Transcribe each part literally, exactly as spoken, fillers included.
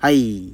はい。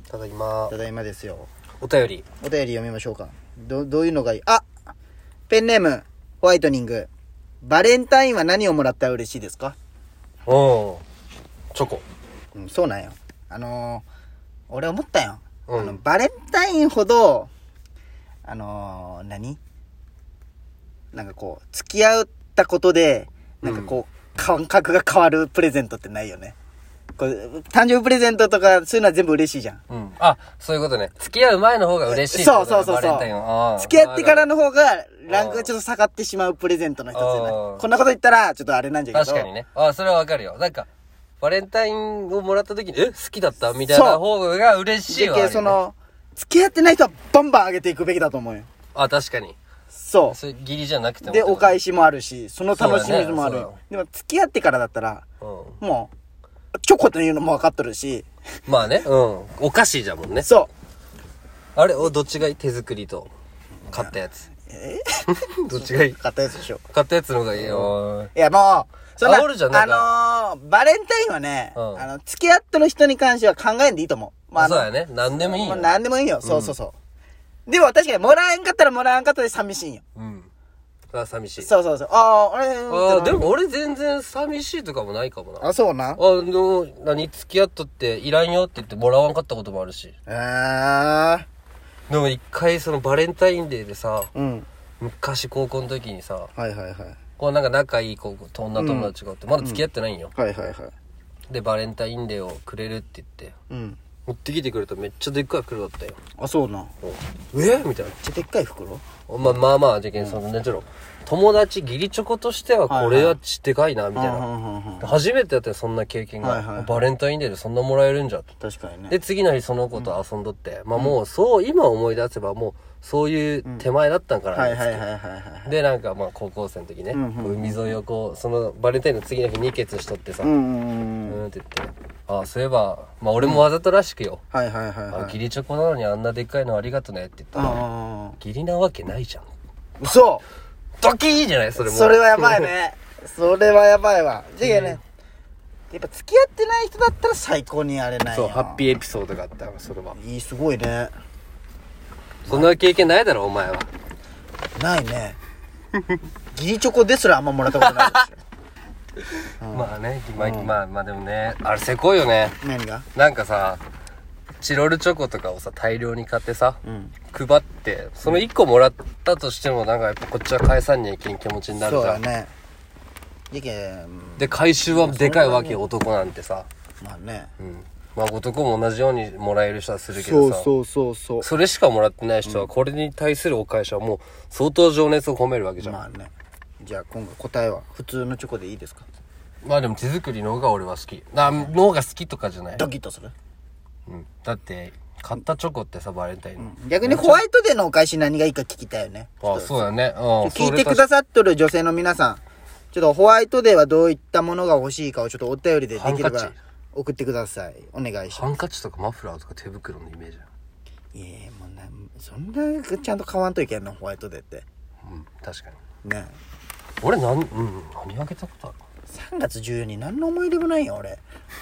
ただいま。 ただいまですよ。 お便り。 お便り読みましょうか。ど、どういうのがいい？あ、ペンネーム、ホワイトニング。バレンタインは何をもらったら嬉しいですか？ おー。チョコ。 うん、そうなんよ。あのー、俺思ったよ。 うん、 あの、バレンタインほど、あのー、何なんかこう、付き合ったことで、なんかこう、うん、感覚が変わるプレゼントってないよね。これ誕生日プレゼントとかそういうのは全部嬉しいじゃん。 うん。あ、そういうことね。付き合う前の方が嬉しい。 そうそうそうそう。 バレンタインは。 付き合ってからの方がランクがちょっと下がってしまうプレゼントの一つじゃない。こんなこと言ったらちょっとあれなんじゃけど。 確かにね。あ、それはわかるよ。なんかバレンタインをもらった時にえ好きだったみたいな方が嬉しいわ、ね。 その付き合ってない人はバンバン上げていくべきだと思うよ。 あ、確かに。 そう。 それ義理じゃなくても。 でお返しもあるし、その楽しみもある。ね、でも付き合ってからだったら、うん、もう。チョコというのも分かっとるし。 まあね、うん。お菓子じゃもんね。 そう。 あれ、お、どっちがいい？手作りと、買ったやつ。 えどっちがいい？ 買ったやつでしょ。 買ったやつの方がいいよ。 いや、もう、そんな、 あ、おるじゃん、なんかあのー、バレンタインはね、うん、あの、付き合ってる人に関しては考えんでいいと思う。 まあ、そうやね。なんでもいいよ。 なんでもいいよ。そうそうそう。うん、でも確かに、もらえんかったらもらえんかったで寂しいんよ。うん。 あ、寂しい。 そうそうそう。ああ、あれああ、でも俺全然寂しいとかもないかもな。 あ、そうな。 あの、何、付き合っとっていらんよって言ってもらわんかったこともあるし。 ええー。 でも一回そのバレンタインデーでさ、 うん。 昔高校の時にさ、 はいはいはい。 こうなんか仲いい子と女友達がおって、うん、まだ付き合ってないんよ、 うん。はいはいはい。 で、バレンタインデーをくれるって言って、 うん。 持ってきてくれたらめっちゃでっかい袋だったよ。 あ、そうな。 えみたいな。めっちゃでっかい袋？ まあまあまあ、じゃけん、その、ね、ちょっと、友達、義理チョコとしてはこれはちでかいな、みたいな。初めてやったよ、そんな経験が。はいはいはい、バレンタインデーでそんなもらえるんじゃ。 確かにね。 で、次の日その子と遊んどって、うん、まあもう、そう、今思い出せばもう、そういう手前だったんかな、 はいはいはいはいはい。 で、なんかまあ高校生の時ね、うんうんうん、海沿いをこう、そのバレンタインの次の日にケツしとってさ、うんうんうんって言って、ああ、そういえば、まあ俺もわざとらしくよ。 うん、はいはいはい、はい。 義理チョコなのにあんなでっかいのありがとねって言ったら、義理なわけないじゃん。 嘘！ ドキーじゃないそれも。 それはやばいね。それはやばいわ。じゃあね、やっぱ付き合ってない人だったら最高にあれないよ。 そう、ハッピーエピソードがあったわ、それは。 いい、すごいね。 そんな経験ないだろ、お前は。 ないね。義理チョコですらあんまもらったことないですよ。 うん、まあね、まあ、うん、まあまあでもね、あれせこいよね。 何が？ なんかさ、チロルチョコとかをさ、大量に買ってさ、うん、配って、そのいっこもらったとしても、なんかやっぱこっちは返さんにゃいけん気持ちになるじゃん。 そうだね。でけで、回収はでかいわけよ、男なんてさ。 まあね。 うん。まあ男も同じようにもらえる人はするけどさ。 そうそうそうそう。 それしかもらってない人は、これに対するお返しはもう、相当情熱を込めるわけじゃん。 まあね。じゃあ今後答えは、普通のチョコでいいですか？ まあでも手作りの方が俺は好き。な、の方が好きとかじゃない。 ドキッとする？ うん。だって、買ったチョコってさ、バレンタインの、 うん、逆にホワイトデーのお返し何がいいか聞きたいよね。 ああ、そうだね。うん。 聞いてくださっとる女性の皆さん、ちょっとホワイトデーはどういったものが欲しいかをちょっとお便りでできれば送ってください。お願いします。 ハンカチとかマフラーとか手袋のイメージだ。 いやもうな、そんなちゃんと買わんといけんのホワイトデーって。 うん、確かに。 ねえ。 俺なん、うん、何あげたことある？ さんがつじゅうよっかに何の思い出もないよ俺。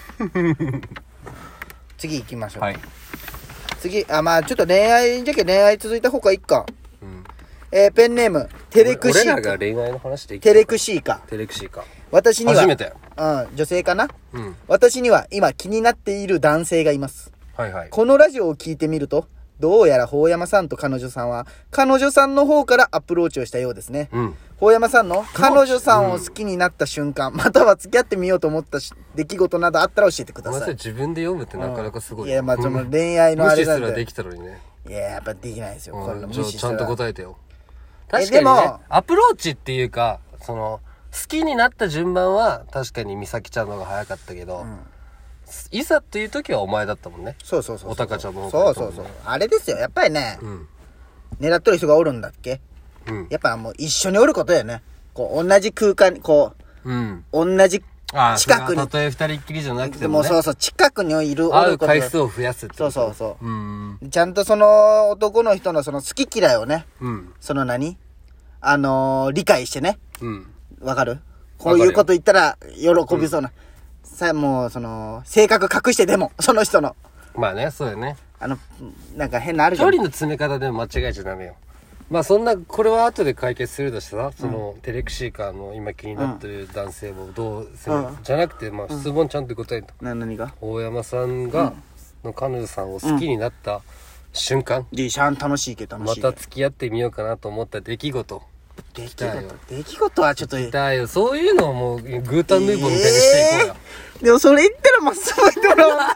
次行きましょう。はい。次、あ、まあちょっと恋愛じゃけ恋愛続いた方がいいか。うん。えー、ペンネーム、テレクシーカ。 俺らが恋愛の話でいいか。 テレクシーカ。 テレクシーカ。 私には、 初めて。 うん、女性かな？ うん。 私には今気になっている男性がいます。 はいはい。 このラジオを聞いてみると、どうやら法山さんと彼女さんは、彼女さんの方からアプローチをしたようですね。うん。法山さんの彼女さんを好きになった瞬間、うん、または付き合ってみようと思った出来事などあったら教えてください。 お前自分で読むってなかなかすごい、 うん、いや、まあその恋愛のあれなんで。 無視すらできたのにね。 いや、やっぱできないですよ。 うん、 これの無視ちゃんと答えてよ。 確かにね、 アプローチっていうか、その、好きになった順番は確かに美咲ちゃんの方が早かったけど、うん、いざっていう時はお前だったもんね。 そうそうそう。 おたかちゃんも。 そうそうそう。あれですよ。やっぱりね、うん、狙っとる人がおるんだっけ、うん、やっぱもう一緒におることやね。こう、同じ空間に、こう、うん、同じ近くに。 たとえ二人っきりじゃなくても、ね。 でもそうそう、近くにいる、 会う回数を増やすってこと。 そうそうそう。うん、ちゃんとその男の人のその好き嫌いをね、うん、その何あのー、理解してね。うん。わかる？こういうこと言ったら喜びそうな。うん、さ、もう、その、性格隠してでも、その人の。 まあね、そうよね。 あの、なんか変なあるじゃん。 距離の詰め方でも間違えちゃダメよ。まあそんな、これは後で解決するとしてさ、その、テレクシーカーの今気になってる男性をどうする、 うんじゃなくて、まあ質問ちゃんと答えた。 な、何が大山さんが、の彼女さんを好きになった瞬間、 で、シャン楽しいけど楽ましいけど。 た付き合ってみようかなと思った出来事。 出来だよ事。出来事はちょっと、 だよ、そういうのをもう、グータンヌーボーみたいにしていこうよ。 でもそれ言ったらまっすぐ言ってもらわ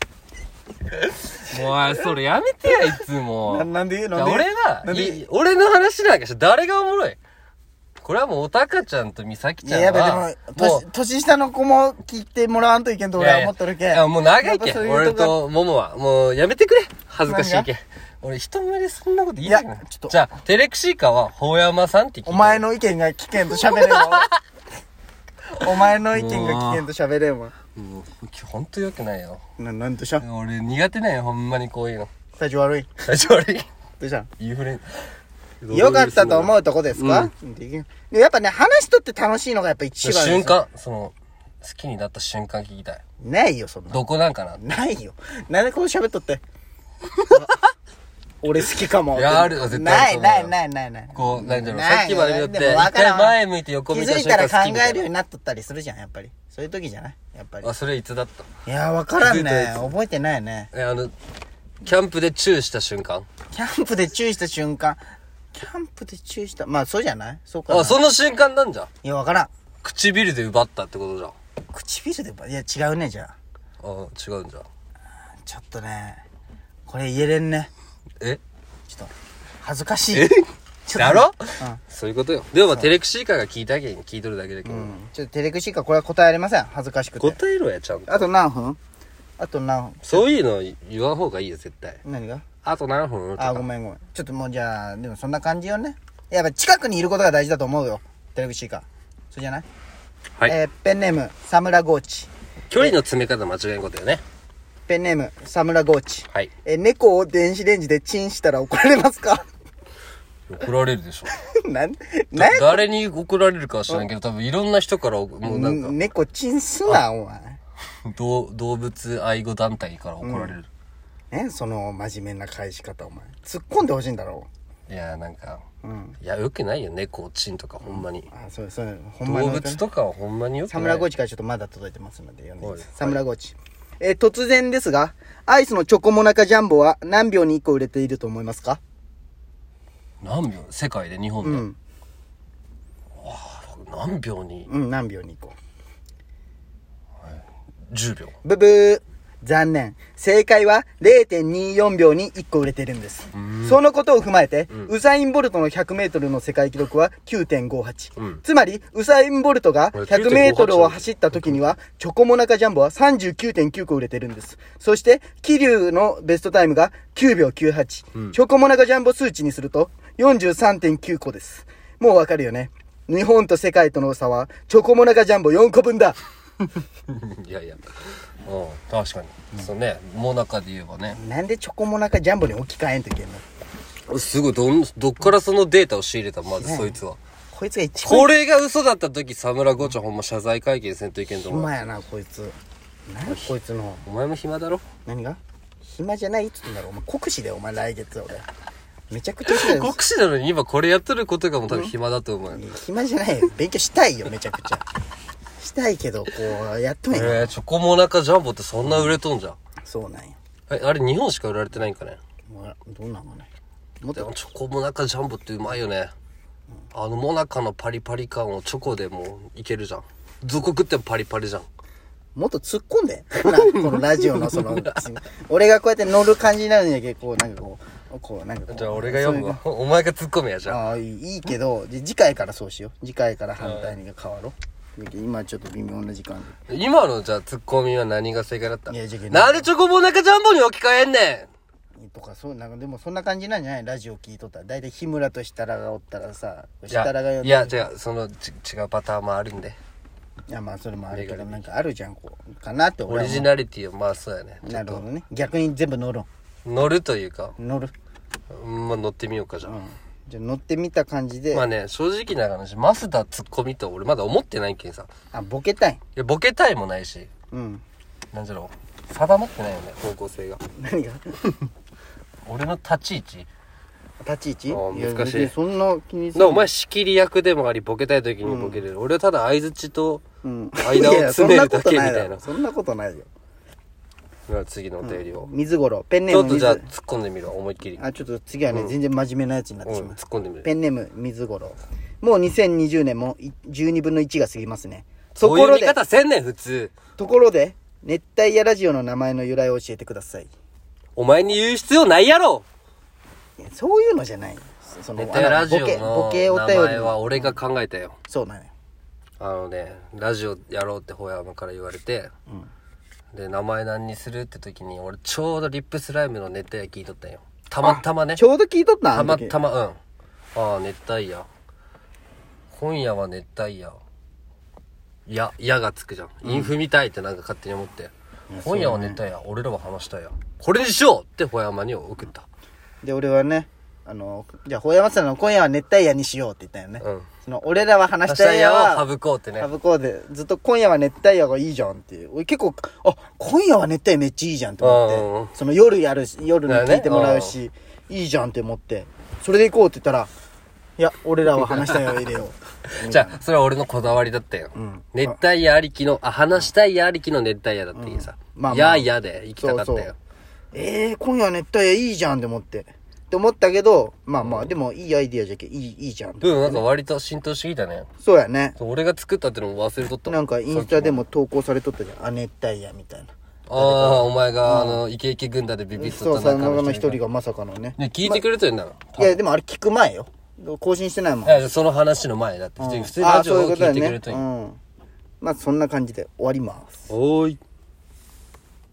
もう、それやめてや、いつも。 ななんで言ういやの俺がなんでい俺の話なんかして誰がおもろい。これはもうおたかちゃんとみさきいや、 ちゃんはやっぱでも、 も年、年下の子も聞いてもらわんといけんと俺は思っとるけん。 いやもう長いけんやっぱそういう俺とことももはもうやめてくれ恥ずかしいけん俺人前でそんなこと言いたくないいやちょっとじゃあテレクシーカーはほうやまさんって聞いてお前の意見が聞けんと喋れんわ。お前の意見が聞けんと喋れんわ。 もうほんと良くないよな、なんとした俺苦手なんよほんまにこういうの体調悪い。 最初悪いどうしたインフレよかったと思うとこですか、うん、でやっぱね、話しとって楽しいのがやっぱ一番ですよ。 瞬間その好きになった瞬間聞きたいないよ、そんな。 どこなんかなないよ。なんでこう喋っとって。俺好きかも。 いやあるよ絶対ない、ない、ない、ない、ない。 こう、なんだろう、 ないさっきまで見よって、 でも一わからん回前向いて横気見たづいたら考瞬間好きみたいなえるようになっとったりするじゃん、やっぱり。そういう時じゃないやっぱり。 あ、それいつだったいや、わからん気づいたねや。つ覚えてないね。 え、あの、キャンプでチューした瞬間キャンプで注意した瞬間。キャンプで注意した。まあ、そうじゃないそうかな。 あ、その瞬間なんじゃん。 いや、わからん。 唇で奪ったってことじゃん。 唇でば、いや、違うね、じゃあ。 あ、違うんじゃん。 ちょっとね、これ言えれんね。 えちょっと、恥ずかしい。 えちょっとだろうん。 そういうことよ。でもまあ、テレクシーカーが聞いたけん聞いとるだけだけど。 うん。ちょっとテレクシーかこれは答えれません。恥ずかしくて。 答えろや、ちゃんと。 あと何分あと何分そういうの言わん方がいいよ、絶対。 何があと何分とかあ、ごめんごめん。ちょっともうじゃあ、でもそんな感じよね。やっぱ近くにいることが大事だと思うよ。テレクシーか。そうじゃないはい。 えー、ペンネーム、サムラゴーチ。 距離の詰め方間違えんことよね。 ペンネーム、サムラゴーチ。 はい。 えー、猫を電子レンジでチンしたら怒られますか怒られるでしょ。 なん、 だなん誰に怒られるかは知らんけど、多分いろんな人から、もうなんか、 猫チンすな、お前。 動動物愛護団体から怒られる。 ね、その真面目な返し方、お前。突っ込んでほしいんだろいや、なんか、 う。うん。 いや、よくないよ、猫、チンとか、ほんまに。 あ、そうそう、ほんまに。 動物とかはほんまによくない。 サムラゴーチからちょっとまだ届いてますので読んでいいですはいサムラゴーチ。えー突然ですが、アイスのチョコモナカジャンボは何秒にいっこ売れていると思いますか何秒世界で、日本で。 うん。 何秒にうん、何秒にいっこ。 じゅうびょう。 ブブー。残念。正解は れいてんにーよんびょうにいっこ売れてるんです。そのことを踏まえて、ウサイン・ボルトのひゃくメートルの世界記録は きゅうてんごはち。 うんつまり、ウサイン・ボルトがひゃくメートルを走った時には、チョコモナカジャンボは さんじゅうきゅうてんきゅうこ売れてるんです。そして、桐生のベストタイムがきゅうびょうきゅうはち。 んチョコモナカジャンボ数値にすると よんじゅうさんてんきゅうこです。もうわかるよね。日本と世界との差は、チョコモナカジャンボよんこぶんだ。 いやいや。うん、確かに。そうね、モナカで言えばね。 なんでチョコモナカジャンボに置き換えんといけんのすごい、どん、どっからそのデータを仕入れたまず、 ねそいつは。 こいつが一番これが嘘だった時、サムラゴチャほんま謝罪会見せんといけんと思う。 暇やな、こいつ。何こいつの。 お前も暇だろ何が暇じゃないっつってんだろ。お前、国試だよ、お前、来月、俺。めちゃくちゃ暇だよ。 国士なのに今これやっとることがもう多分暇だと思うよ。 暇じゃないよ。勉強したいよ、めちゃくちゃ。したいけど、こう、やっとんや。 えー、チョコモナカジャンボってそんな売れとんじゃん。 そうなんや。 え、あれ日本しか売られてないんかね。 もうどうなのね。もっとでも、チョコモナカジャンボってうまいよね。あのモナカのパリパリ感をチョコでもういけるじゃん。どこ食ってもパリパリじゃん。 もっと突っ込んで。なこのラジオのその、俺がこうやって乗る感じになるんやけど、こう、なんかこう、こう、なんかこう。 じゃあ俺が読むわ。お前が突っ込めや、じゃあ。 ああ、いいいいけど、で次回からそうしよう。次回から反対に変わろう。今ちょっと微妙な時間で。 今のじゃあツッコミは何が正解だったいやじゃあなんでチョコモナカジャンボに置き換えんねとか、そう、なんかでもそんな感じなんじゃないラジオ聞いとったら。だいたい日村と設楽がおったらさ、 ん。 設楽が呼んでいや、いや、違う、そのち違うパターンもあるんで。 いや、まあそれもあるけど、なんかあるじゃん、こう。かなってオ俺は思う。 リジナリティを、まあそうやね。 なるほどね。逆に全部乗るん。 乗るというか、 乗る。 うんまあ乗ってみようか、じゃあ。 うん。じゃあ乗ってみた感じで、 まあね、正直な話、マスダツッコミと俺まだ思ってないけんさ。 あ、ボケたい。 いや、ボケたいもないし、 うん。 なんじゃろう。 定まってないよね方向性が。 何が俺の立ち位置立ち位置。 あ難しい。 やそんな気にする。お前仕切り役でもありボケたい時にボケれる、うん、俺はただ相づちと間を詰めるだけみたいな。 そんなことないよ。 次のお便りを、 うん、水五郎ペンネーム水ちょっとじゃあ突っ込んでみろ思いっきり。 あちょっと次はね、うん、全然真面目なやつになってしまう、 うん、突っ込んでみる。 ペンネーム水五郎。もうにせんにじゅうねんもじゅうにぶんのいちが過ぎますね。 そういう見方せんねん普通。 ところで熱帯夜ラジオの名前の由来を教えてください。 お前に言う必要ないやろ。 いやそういうのじゃない。その熱帯夜ラジオのボケ名前は俺が考えたよ。 そうだね。 あのねラジオやろうってほやまから言われて、うん、で名前何にするって時に俺ちょうどリップスライムの熱帯夜聞いとったんよ。たまたまね。 ちょうど聞いとったん。 たまたまうん。ああ熱帯夜。今夜は熱帯夜。いや、矢がつくじゃん。インフみたいってなんか勝手に思って。うん、今夜は熱帯夜。俺らは話したいや。これにしようってほやまに送った。 で、俺はね、あの、じゃあほやまさんの今夜は熱帯夜にしようって言ったよね。うん。その、俺らは話したいやは省こうってね。 省こうで、ずっと今夜は熱帯夜がいいじゃんっていう。俺結構、あ、今夜は熱帯夜めっちゃいいじゃんって思って。うんうん、その夜やるし、夜に聞いてもらうし、ね、いいじゃんって思って。それで行こうって言ったら、いや、俺らは話したいや入れよう。 じゃあ、それは俺のこだわりだったよ。うん、熱帯夜ありきの、あ、話したいやありきの熱帯夜だっていいさ。うん、まあ、まあ、やーやで行きたかったよ。そうそうえー、今夜は熱帯夜いいじゃんって思って。って思ったけど、まあまあ、でもいいアイディアじゃけ、いい、いいじゃん、ね。 うん、なんか割と浸透してきたね。 そうやね。 俺が作ったってのも忘れとった。 なんかインスタでも投稿されとったじゃん。あ、熱帯夜みたいな。 ああ、お前が、あの、イケイケ軍団でビビっとった中のそう、その一人がまさかのね。 ね、聞いてくれてるんだろ。 いや、でもあれ聞く前よ。更新してないもん。いや、その話の前だって。普通にラジオを聞いてくれてる。 うん。まあ、そんな感じで終わります。 おーい。